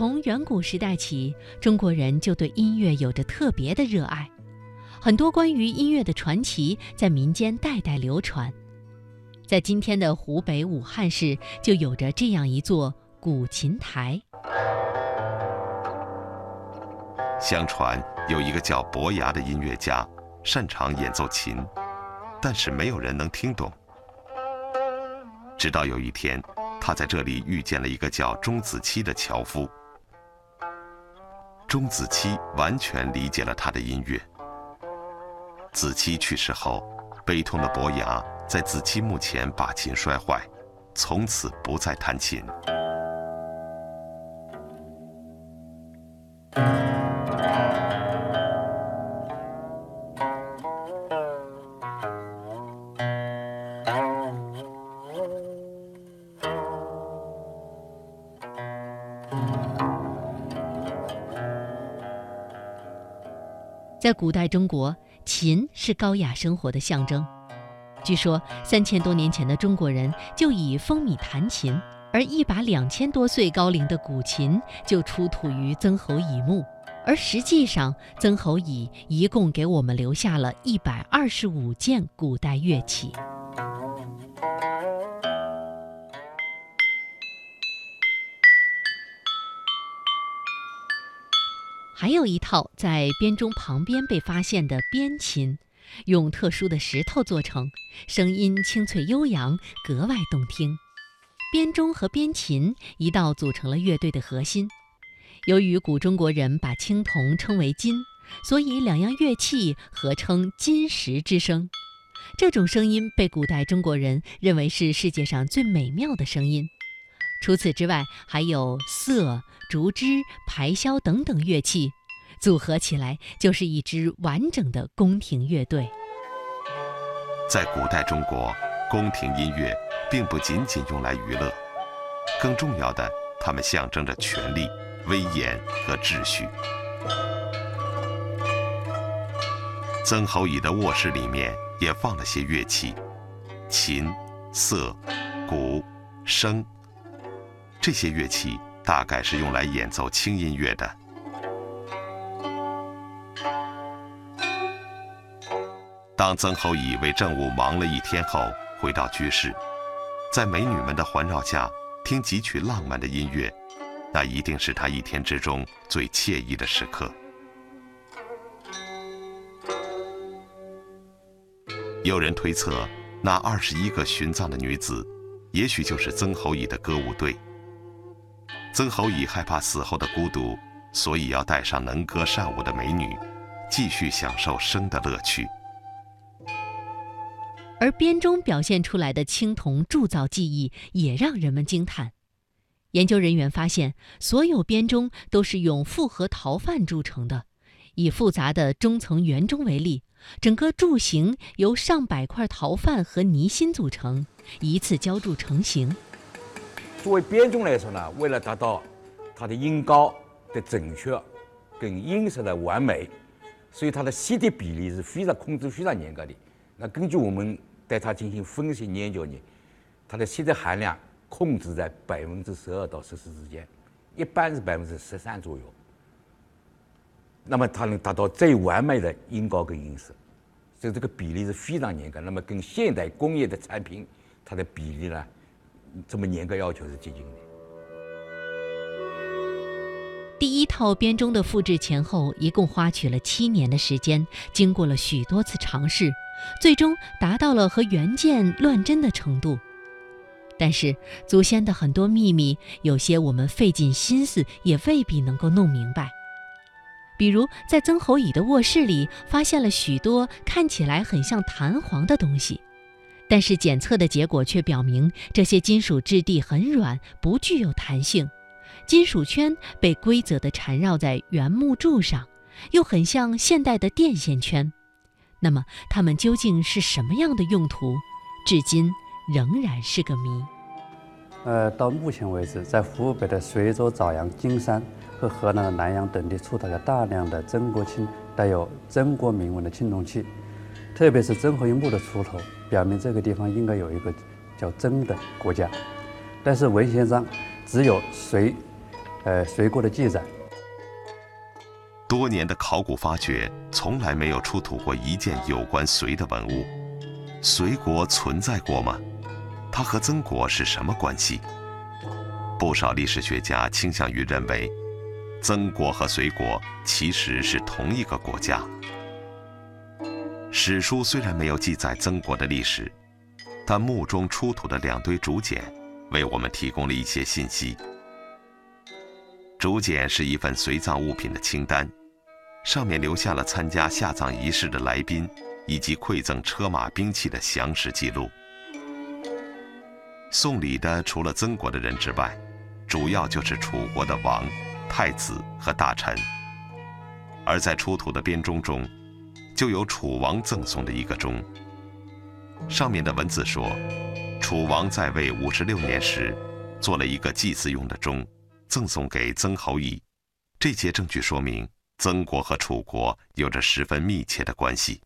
从远古时代起，中国人就对音乐有着特别的热爱，很多关于音乐的传奇在民间代代流传。在今天的湖北武汉市，就有着这样一座古琴台。 相传有一个叫伯牙的音乐家，擅长演奏琴，但是没有人能听懂。直到有一天，他在这里遇见了一个叫钟子期的樵夫。钟子期完全理解了他的音乐。子期去世后，悲痛的伯牙在子期墓前把琴摔坏，从此不再弹琴。 在古代中国，琴是高雅生活的象征。据说3000多年前的中国人就以风靡弹琴，而一把2000多岁高龄的古琴就出土于曾侯乙墓，而实际上曾侯乙一共给我们留下了125件古代乐器。还有一套在编钟旁边被发现的边琴，用特殊的石头做成，声音清脆悠扬，格外动听。编钟和边琴一道组成了乐队的核心。由于古中国人把青铜称为金，所以两样乐器合称金石之声。这种声音被古代中国人认为是世界上最美妙的声音。除此之外，还有瑟、竹枝、排箫等等乐器，组合起来就是一支完整的宫廷乐队。 在古代中国，宫廷音乐并不仅仅用来娱乐，更重要的，它们象征着权力、威严和秩序。曾侯乙的卧室里面也放了些乐器，琴、瑟、鼓、笙。这些乐器大概是用来演奏轻音乐的。当曾侯乙为政务忙了一天后，回到居室，在美女们的环绕下听几曲浪漫的音乐，那一定是他一天之中最惬意的时刻。有人推测，那21个殉葬的女子，也许就是曾侯乙的歌舞队。曾侯乙害怕死后的孤独，所以要带上能歌善舞的美女，继续享受生的乐趣。 而编钟表现出来的青铜铸造技艺也让人们惊叹。研究人员发现，所有编钟都是用复合陶范铸成的。以复杂的中层圆钟为例，整个柱形由上百块陶范和泥芯组成，一次浇铸成型。 作为编钟来说呢，为了达到它的音高的准确跟音色的完美，所以它的息的比例是非常控制非常严格的。那根据我们对它进行分析研究呢，它的息的含量控制在12%到14%之间，一般是13%左右。那么它能达到最完美的音高跟音色，所以这个比例是非常严格。那么跟现代工业的产品，它的比例呢，这么严格要求是接近的。 第一套编钟的复制前后一共花取了7年的时间，经过了许多次尝试，最终达到了和原件乱真的程度。但是祖先的很多秘密，有些我们费尽心思也未必能够弄明白。比如在曾侯乙的卧室里发现了许多看起来很像弹簧的东西，但是检测的结果却表明，这些金属质地很软，不具有弹性。金属圈被规则地缠绕在原木柱上，又很像现代的电线圈。那么它们究竟是什么样的用途，至今仍然是个谜。 到目前为止，在湖北的随州、枣阳、金山和河南的南阳等地出土了大量的曾国青带有曾国铭文的青铜器，特别是曾侯乙墓的出土，表明这个地方应该有一个叫曾的国家。但是文献上只有隋隋国的记载。 多年的考古发掘从来没有出土过一件有关隋的文物。隋国存在过吗？它和曾国是什么关系？不少历史学家倾向于认为，曾国和隋国其实是同一个国家。史书虽然没有记载曾国的历史，但墓中出土的2堆竹简为我们提供了一些信息。竹简是一份随葬物品的清单，上面留下了参加下葬仪式的来宾以及馈赠车马兵器的详实记录。送礼的除了曾国的人之外，主要就是楚国的王、太子和大臣。而在出土的编钟中，就有楚王赠送的一个钟。上面的文字说，楚王在位56年时，做了一个祭祀用的钟，赠送给曾侯乙。这些证据说明，曾国和楚国有着十分密切的关系。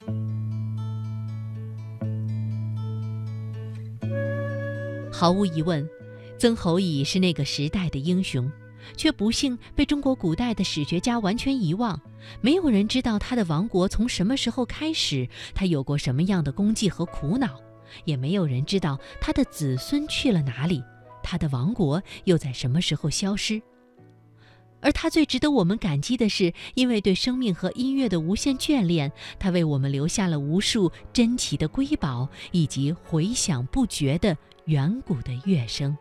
毫无疑问，曾侯乙是那个时代的英雄，却不幸被中国古代的史学家完全遗忘。没有人知道他的王国从什么时候开始，他有过什么样的功绩和苦恼，也没有人知道他的子孙去了哪里，他的王国又在什么时候消失。而他最值得我们感激的是，因为对生命和音乐的无限眷恋，他为我们留下了无数珍奇的瑰宝，以及回响不绝的远古的乐声。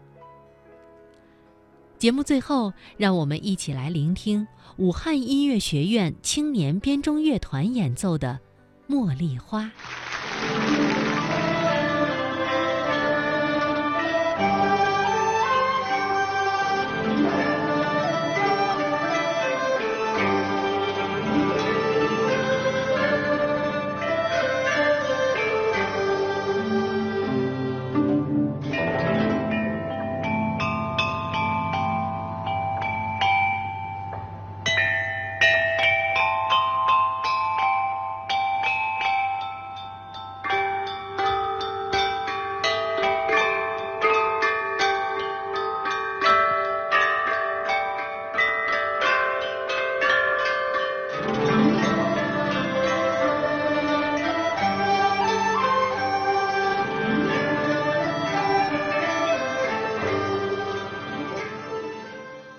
节目最后，让我们一起来聆听武汉音乐学院青年编钟乐团演奏的《茉莉花》。